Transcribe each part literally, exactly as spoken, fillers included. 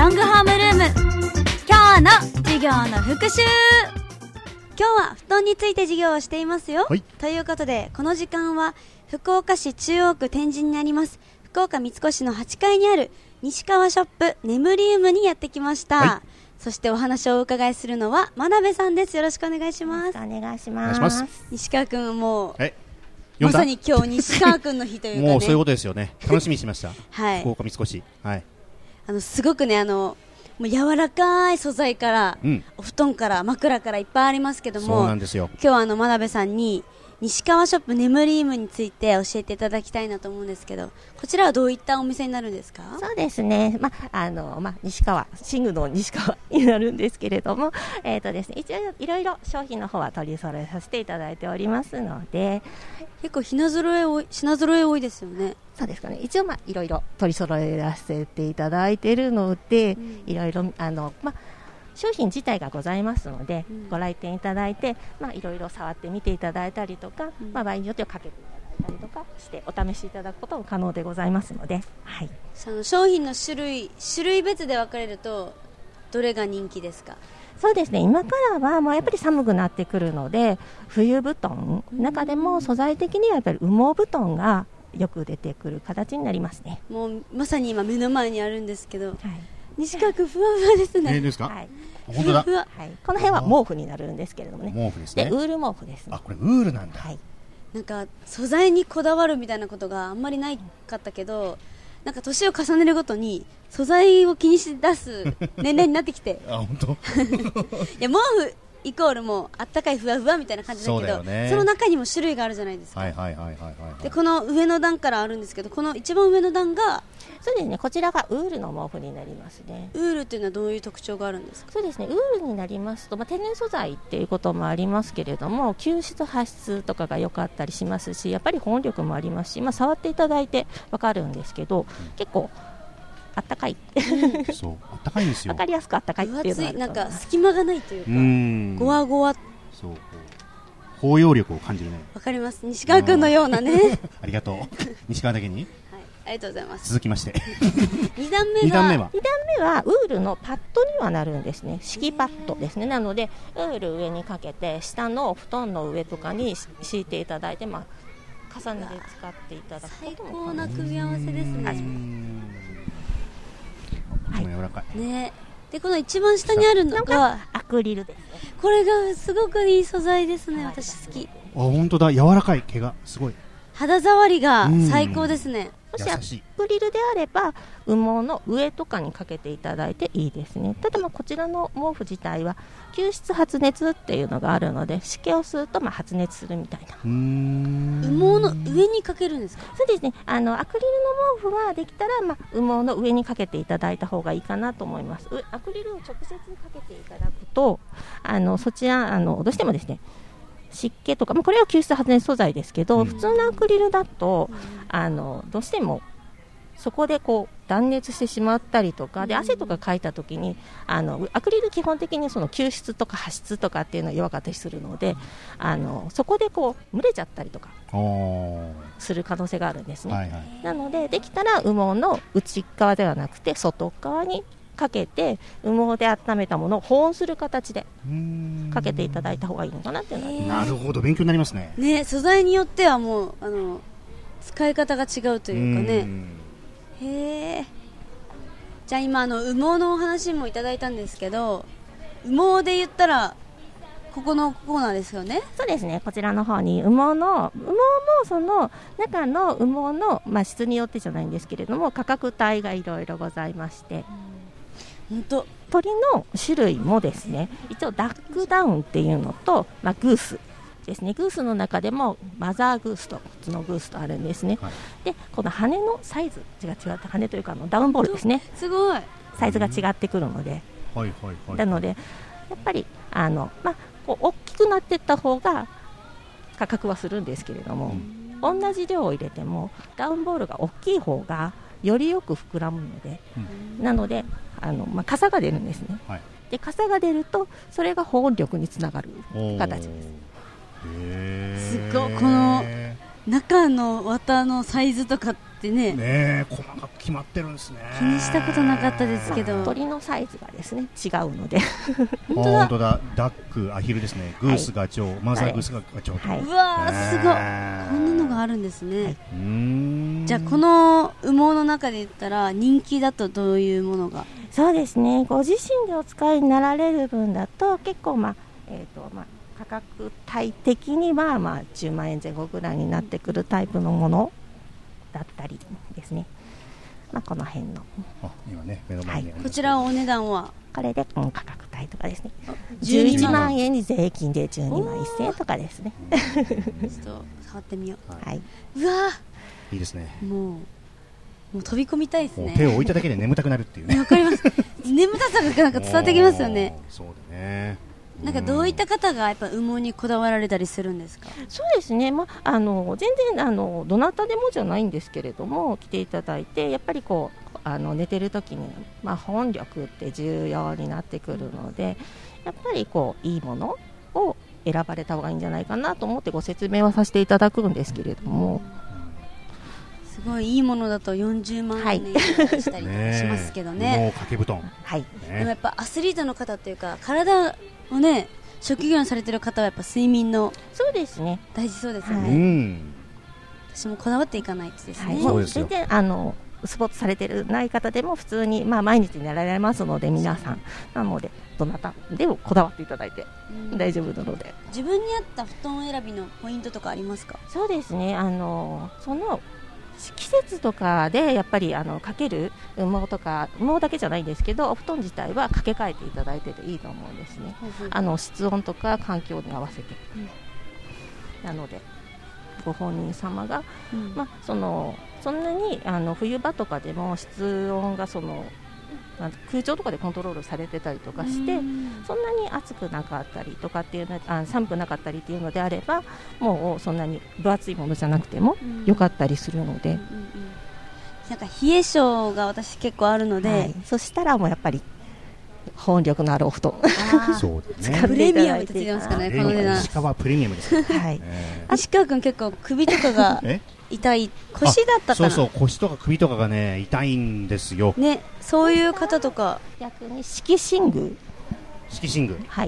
ロングホームルーム、今日の授業の復習。今日は布団について授業をしていますよ、 はい、 ということでこの時間は福岡市中央区天神にあります福岡三越のはちかいにある西川ショップネムリウムにやってきました、はい、そしてお話をお伺いするのは真鍋さんです。よろしくお願いします。 お願いします。 西川くんもえまさに今日西川くんの日というかねもうそういうことですよね。楽しみにしました、 はい、 福岡三越、はい、 あのすごくねあのもう柔らかい素材から、うん、お布団から枕からいっぱいありますけども、 そうなんですよ。 今日はあの真鍋さんに西川ショップネムリウムについて教えていただきたいなと思うんですけど、こちらはどういったお店になるんですか？ そうですね、まあのまあ、西川寝具の西川になるんですけれども、えーとですね、一応いろいろ商品の方は取り揃えさせていただいておりますので、 結構品揃え多い、品揃え多いですよね。 そうですかね。一応まあいろいろ取り揃えらせていただいているので、いろいろあのまあ商品自体がございますので、うん、ご来店いただいて、まあ、いろいろ触ってみていただいたりとか、うん、まあ、場合によってはかけていただいたりとかしてお試しいただくことも可能でございますので、はい、 その商品の種類種類別で分かれるとどれが人気ですか？ そうですね、今からはもうやっぱり寒くなってくるので冬布団、うん、中でも素材的にはやっぱり羽毛布団がよく出てくる形になりますね。 もうまさに今目の前にあるんですけど、はい、西川君ふわふわですね。 えー、ですか？ はい、 本当だ。 ふわ、はい、この辺は毛布になるんですけれどもね。 毛布ですね。 でウール毛布ですね。 あ、これウールなんだ。 はい、 なんか素材にこだわるみたいなことがあんまりないかったけど、なんか年を重ねるごとに素材を気にして出す年齢になってきてあ、本当？いや毛布イコールもうあったかいふわふわみたいな感じだけど、 そ, ね、その中にも種類があるじゃないですか。 はいはいはいはいはい、はい、 でこの上の段からあるんですけど、この一番上の段がそうですね、こちらがウールの毛布になりますね。 ウールっていうのはどういう特徴があるんですか？ そうですね、ウールになりますと、まあ、天然素材っていうこともありますけれども、吸湿発湿とかが良かったりしますし、やっぱり保温力もありますし、まあ、触っていただいて分かるんですけど、うん、結構あったかい、 うん、そうあったかいんですよ。 分かりやすくあったかいっていうのがあるとなんか隙間がないというか、ゴワゴワ、 そう包容力を感じるね。 わかります、西川君のようなねありがとう西川だけに、はい、 ありがとうございます。 続きましてにだんめ は, にだんめはにだんめはウールのパッドにはなるんですね。敷きパッドですね。なのでウール上にかけて下の布団の上とかに敷いていただいて、まあ、重ねて使っていただくことも最高な組み合わせですね。 はい、柔らかい、 ね、でこの一番下にあるのがアクリルですね。 これがすごくいい素材ですね。私好き。 あ、本当だ、柔らかい毛がすごい。 肌触りが最高ですね。 もしアクリルであれば羽毛の上とかにかけていただいていいですね。ただまあこちらの毛布自体は吸湿発熱っていうのがあるので、湿気を吸うとまあ発熱するみたいな。 うーん、 羽毛の上にかけるんですか？ そうですね、あのアクリルの毛布はできたら、まあ、羽毛の上にかけていただいた方がいいかなと思います。アクリルを直接かけていただくとあのそちらあのどうしてもですね湿気とか、まあ、これは吸湿発熱素材ですけど、うん、普通のアクリルだと、うん、あのどうしてもそこでこう断熱してしまったりとかで、汗とかかいたときにあのアクリル基本的にその吸湿とか発湿とかっていうのは弱かったりするので、あのそこでこう蒸れちゃったりとかする可能性があるんですね、はいはい、なのでできたら羽毛の内側ではなくて外側にかけて羽毛で温めたものを保温する形でかけていただいた方がいいのかなっていうのはあります。 なるほど、勉強になりますね。 ね、素材によってはもうあの使い方が違うというかね。へー。じゃあ今あの羽毛のお話もいただいたんですけど、羽毛で言ったらここのコーナーですよね。 そうですね、こちらの方に羽毛の羽毛もその中の羽毛の、まあ、質によってじゃないんですけれども価格帯がいろいろございまして、 本当鳥の種類もですね、一応ダックダウンっていうのと、まあ、グースですね。グースの中でもマザーグースと普通のグースとあるんですね、はい、でこの羽のサイズが違って羽というかあのダウンボールですね、 すごいサイズが違ってくるので、 はいはいはい、 なのでやっぱりあの、まあ、こう大きくなっていった方が価格はするんですけれども、うん、同じ量を入れてもダウンボールが大きい方がよりよく膨らむので、うん、なのであの、まあ、傘が出るんですね、はい、で傘が出るとそれが保温力につながる形です。 へー、すごい。この中の綿のサイズとかってってね。 ねえ、細かく決まってるんですね。 気にしたことなかったですけど、 鳥のサイズがですね違うので本当だ。 本当だ。ダック、アヒルですね。グースが蝶、はい、マザーグースが蝶、はい、 うわーすごい、こんなのがあるんですね、はい、 うーん。 じゃあこの羽毛の中で言ったら人気だとどういうものが？ そうですね、ご自身でお使いになられる分だと結構、まあえーとまあ、価格帯的には、まあ、じゅうまんえんぜん後ぐらいになってくるタイプのものだったりですね、まあ、この辺のあ今ね目の前に、 はい、こちらお値段はこれで、うん、価格帯とかですねじゅういちまんえんに税金でじゅうにまんせんえんとかですねちょっと触ってみよう、 はい、 うわいいですね。 もうもう飛び込みたいですね。 手を置いただけで眠たくなるっていうね。 わかります。眠たさがなんか伝わってきますよね。 そうだね。 なんかどういった方がやっぱ羽毛にこだわられたりするんですか？ そうですね、まあ、あの全然あのどなたでもじゃないんですけれども来ていただいてやっぱりこうあの寝てる時に、まあ、本力って重要になってくるのでやっぱりこういいものを選ばれた方がいいんじゃないかなと思ってご説明はさせていただくんですけれども、 すごいいいものだとよんじゅうまんえんしたりしますけどね。 もう掛け布団。 はい。 でもやっぱアスリートの方っていうか体をね職業にされてる方はやっぱ睡眠のそうですね大事そうですよね。 うん。 私もこだわっていかないとですね。はい、 そうですよ。 全然あのスポーツされてるない方でも普通にまあ毎日寝られますので皆さんなのでどなたでもこだわっていただいて大丈夫なので。 自分に合った布団選びのポイントとかありますか？ そうですね、あのその季節とかでやっぱりあのかける羽毛とか羽毛だけじゃないんですけどお布団自体は掛け替えていただいてていいと思うんですね、うんうん、あの室温とか環境に合わせて、うん、なのでご本人様が、うんまあ、そのそんなにあの冬場とかでも室温がその空調とかでコントロールされてたりとかして、うん、そんなに暑くなかったりとかっていうのあ寒くなかったりっていうのであればもうそんなに分厚いものじゃなくても良かったりするので、うんうんうん、 なんか冷え性が私結構あるので、はい、 そしたらもうやっぱり本力のあるお布団そうですね。 プレミアムって言ってますかねこの値段。 石川プレミアムです、 はい、 えー、石川君結構首とかが痛い腰だったかな。 そうそう腰とか首とかがね痛いんですよね。そういう方とか逆に敷寝具敷寝具はい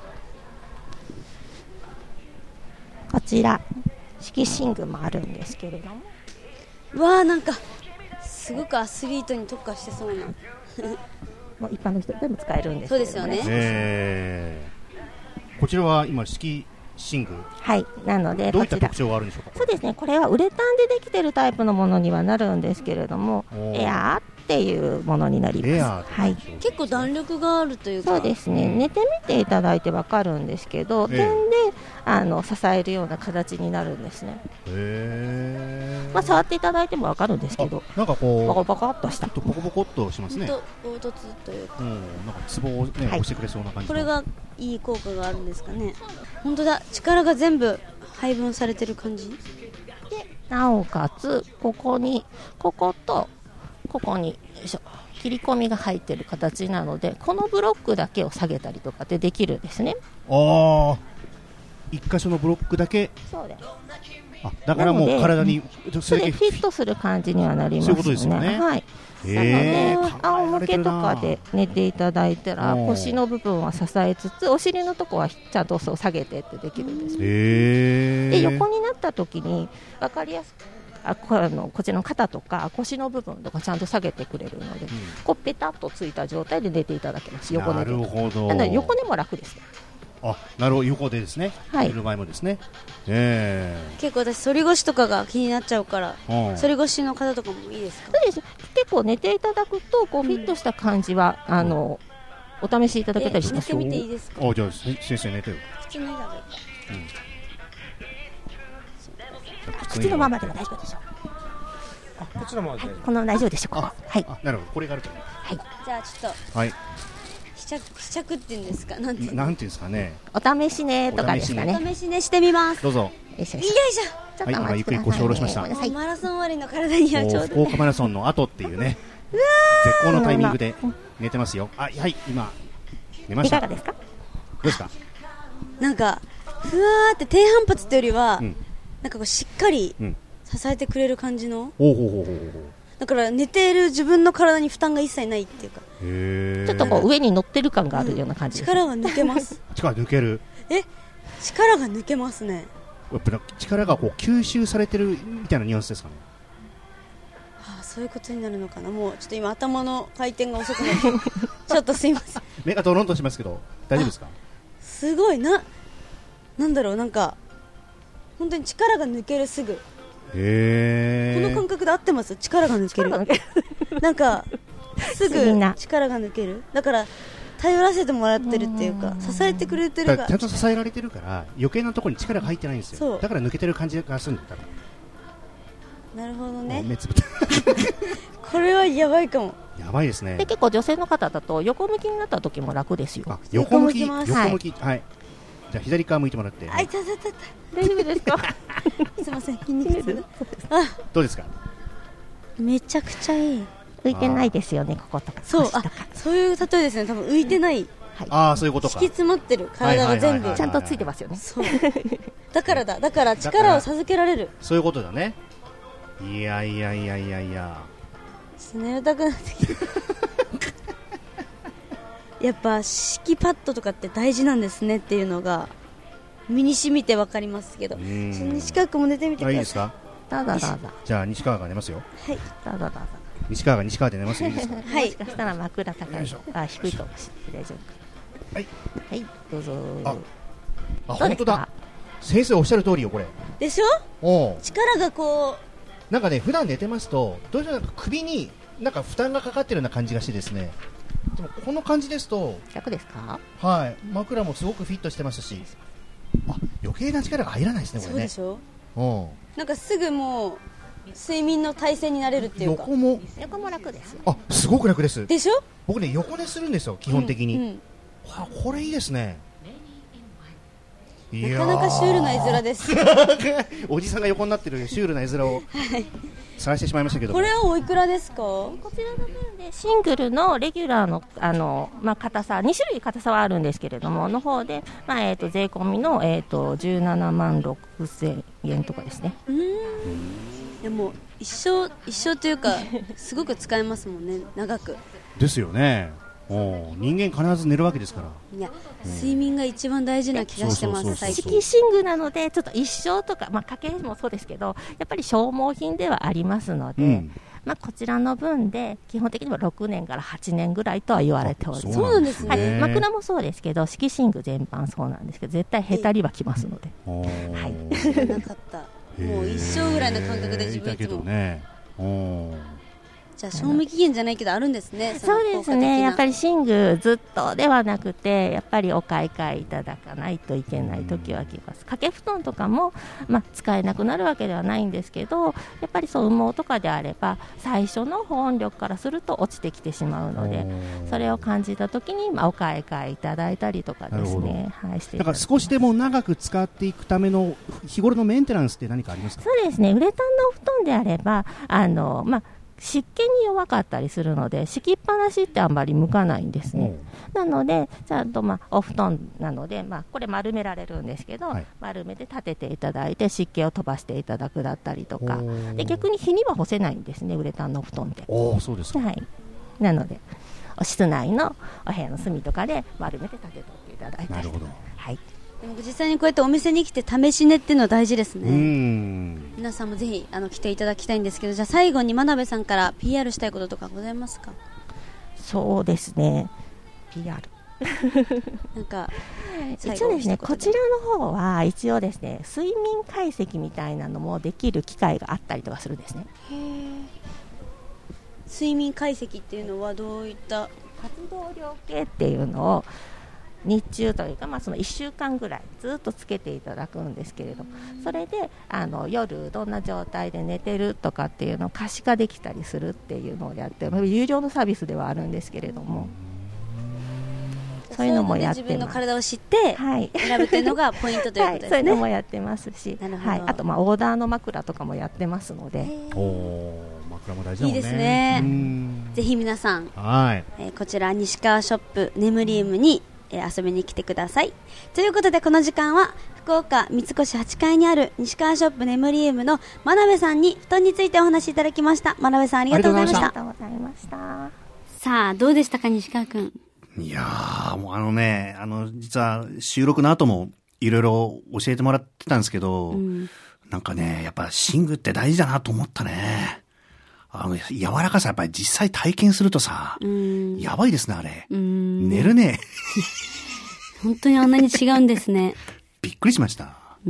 こちら敷寝具もあるんですけれどもうわーなんかすごくアスリートに特化してそうなもう一般の人でも使えるんですけど、ね、そうですよね、 えー、こちらは今敷寝具はいなのでどういった特徴があるんでしょうか。 そうですねこれはウレタンでできているタイプのものにはなるんですけれどもエアーっていうものになります。 エアー、 はい、 結構弾力があるというかそうですね、うん、寝てみていただいて分かるんですけど、えー、点であの支えるような形になるんですね。 へー、 まあ、触っていただいても分かるんですけどなんかこうボコボコっとしたボコボコっとしますね。 凹凸というか、 うん、なんかツボを、ねはい、押してくれそうな感じ。 これがいい効果があるんですかね。本当だ力が全部配分されてる感じでなおかつここにこことここによいしょ切り込みが入っている形なのでこのブロックだけを下げたりとかでできるんですね。 ああ一箇所のブロックだけ。 そうです。 あだからもう体にそれフィットする感じにはなりますよね。 そういうことですよね。 はい、 えー、 なので仰向けとかで寝ていただいたら腰の部分は支えつつお尻のところはちゃんと下げてってできるんです、 えー、 で横になった時に分かりやすくあこあのこちらの肩とか腰の部分とかちゃんと下げてくれるので、うん、こうペタッとついた状態で寝ていただけます。横寝で。 なるほど。 なので横寝も楽です。 あなるほど横でですね、はい、寝る場合もですね、えー、 結構私反り腰とかが気になっちゃうから反り腰の方とかもいいですか。 そうです。結構寝ていただくとこうフィットした感じは、うん、あのお試しいただけたりしますよ。 寝てみていいですか。 あじゃあ先生寝てよ。 普通に寝た方がいいか、 うん、口のままでも大丈夫でしょう。 こちらも、はい、 この大丈夫でしょうか。はい。 なるほどこれがあるとね。 はい。 じゃあちょっと。 はい。 試着試着っていうんですか。なんていうんですかね。 お試しねとかですかね。 お試しねしてみます。 どうぞ。 よいしょ。よいしょ。 はい、今ゆっくり腰を下ろしました。 マラソン終わりの体にはちょうど。 福岡マラソンの後っていうね。絶好のタイミングで寝てますよ。あはい今寝ました。 いかがですか。 どうですか。なんかふわーって低反発ってよりは、うん、なんかこうしっかり支支えてくれる感じの。 おうほうほうほうほう。 だから寝ている自分の体に負担が一切ないっていうか、 へー、 ちょっとこう上に乗ってる感があるような感じです、ね、 力が抜けます力抜ける。 え、力が抜けますね。 やっぱ力がこう吸収されてるみたいなニュアンスですかね。 はあ、そういうことになるのかな。もうちょっと今頭の回転が遅くなってちょっとすいません。 目がドロンとしますけど大丈夫ですか。 すごいな、なんだろう、なんか本当に力が抜ける、すぐ。 へー、 この感覚で合ってます？力が抜ける。 力が抜けるなんかすぐ不思議な力が抜ける。だから頼らせてもらってるっていうか、支えてくれてるがだからちゃんと支えられてるから余計なところに力が入ってないんですよ。 そうだから抜けてる感じがするんだから。 なるほどね。 目つぶってこれはやばいかも。 やばいですね。 で結構女性の方だと横向きになった時も楽ですよ。 あ、横向き、 横向きます横向き、はい、じゃあ左側向いてもらって。 あ、いたたたた。 大丈夫ですかすいません、筋肉痛が。あ、 どうですか。 めちゃくちゃいい。 浮いてないですよね、こことかそう、あ腰とか、 そういう例えですね。多分浮いてない、 はい、 ああ、そういうことか。 敷き詰まってる体が全部はいはいはいはいちゃんとついてますよね。 そうだからだ、だから力を授けられる。 そういうことだね。いやいやいやいやいや。 寝たくなってきたやっぱ敷きパッドとかって大事なんですねっていうのが身に染みて分かりますけど、 うん、 西川君も寝てみてください。 あ、いいですか。 どうぞどうぞ。 じゃあ西川が寝ますよ。 はい、 どうぞどうぞ。 西川が西川で寝ますよ。いいですか。 はい、 もしかしたら枕高い、あ、低いかもしれない。大丈夫。 はいはい、どうぞ。 あ、あ、 どうですか本当だ。先生おっしゃる通りよ、これ。 でしょ。 お力がこう、なんかね、普段寝てますとどうしてもなんか首になんか負担がかかってるような感じがしてですね。でもこの感じですと、 楽ですか。 はい、枕もすごくフィットしてますし、あ、余計な力が入らないですう、 ね、これね。 そうでしょ。 うん、 なんかすぐもう睡眠の体勢になれるっていうか。 横も、 横も楽ですよ。 あ、すごく楽です。 でしょ。 僕ね、横寝するんですよ、基本的に。 うんうん、 わ、これいいですね。 なかなかシュールな絵面ですおじさんが横になってるシュールな絵面を晒してしまいましたけど、 これはおいくらですか。 こちらの分でシングルのレギュラーの、あの、まあ、硬さに種類硬さはあるんですけれどもの方で、まあ、えー、と税込みの、えー、とじゅうななまんろくせんえんとかですね。 うーん、いやもう一生一生というかすごく使えますもんね、長く。 ですよね。お、人間必ず寝るわけですから。 いや、睡眠が一番大事な気がしてます。最近敷寝具なのでちょっと一生とか、まあ、家計もそうですけどやっぱり消耗品ではありますので、うん、まあ、こちらの分で基本的にはろくねんからはちねんぐらいとは言われております。 そうなんですね、 はい、枕もそうですけど敷寝具全般そうなんですけど絶対へたりはきますので、はい、 知らなかった。もう一生ぐらいの感覚で自分いつも、 ね、 じゃあ賞味期限じゃないけどあるんですね。 そうですね、やっぱり寝具ずっとではなくてやっぱりお買い替えいただかないといけない時はきます。掛け布団とかも、まあ、使えなくなるわけではないんですけどやっぱりそう羽毛とかであれば最初の保温力からすると落ちてきてしまうのでそれを感じた時に、まあ、お買い替えいただいたりとかですね、はい、していただから少しでも長く使っていくための日頃のメンテナンスって何かありますか。 そうですね、ウレタンのお布団であればあの、まあ湿気に弱かったりするので敷きっぱなしってあんまり向かないんですね。なのでちゃんと、まあ、お布団なので、まあ、これ丸められるんですけど、はい、丸めて立てていただいて湿気を飛ばしていただくだったりとかで逆に日には干せないんですね、ウレタンのお布団って。 お、そうですか。 はい、なので室内のお部屋の隅とかで丸めて立てておいていただいたりとか。なるほど、はい、 でも実際にこうやってお店に来て試し寝っていうのは大事ですね。 うん、 皆さんもぜひあの来ていただきたいんですけど、じゃあ最後に真鍋さんから ピーアール したいこととかございますか。 そうですね、 ピーアールなんか一応ですね、こちらの方は一応ですね睡眠解析みたいなのもできる機会があったりとかするんですね。 へー、睡眠解析っていうのはどういった活動量計っていうのを日中というか、まあ、そのいっしゅうかんぐらいずっとつけていただくんですけれどそれであの夜どんな状態で寝てるとかっていうのを可視化できたりするっていうのをやって有料のサービスではあるんですけれどもそういうのもやってます。 自分の体を知って選ぶというのがポイントということですね、はい、 そういうのもやってますし、はい、あとまあオーダーの枕とかもやってますので。 お、枕も大事だもんね。 いいですね。ぜひ皆さん、 はい、 えー、こちら西川ショップネムリウムにえー、遊びに来てください。ということでこの時間は福岡三越はちかいにある西川ショップネムリウムの真鍋さんに布団についてお話しいただきました。真鍋さんありがとうございました。 ありがとうございました。 さあどうでしたか西川くん。 いやーもうあのねあの実は収録の後もいろいろ教えてもらってたんですけど、うん、なんかねやっぱ寝具って大事だなと思ったね。あの柔らかさやっぱり実際体験するとさ、うん、やばいですねあれ。うん、寝るね。 本当にあんなに違うんですね。 びっくりしました。 うん、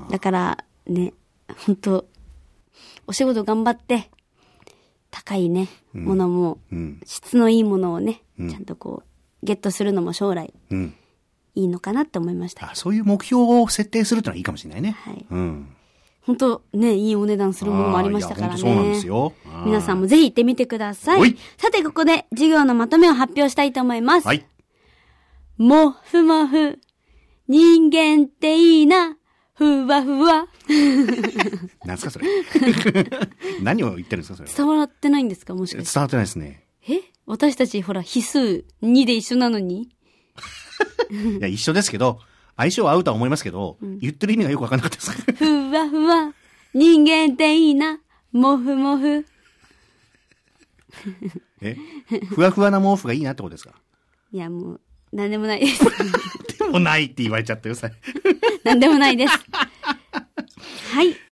だからね本当お仕事頑張って高いね、うん、ものも、うん、質のいいものをね、うん、ちゃんとこうゲットするのも将来、うん、いいのかなって思いました。 あ、そういう目標を設定するってのはいいかもしれないね。はい。うん。 本当ねいいお値段するものもありましたからね。 そうなんですよ。 皆さんもぜひ行ってみてください。さてここで授業のまとめを発表したいと思います。はい。もふもふ人間っていいなふわふわ。 何すかそれ。何を言ってるんですかそれ。 伝わってないんですかもしかして。 伝わってないですね。 え私たちほら比数にで一緒なのに。 いや一緒ですけど相性合うとは思いますけど、うん、言ってる意味がよくわかんなかったです。 ふわふわ人間っていいなもふもふ。 えふわふわな毛布がいいなってことですか。 いやもうなんでもないです。 でもないって言われちゃったよさ。 なんでもないです。はい。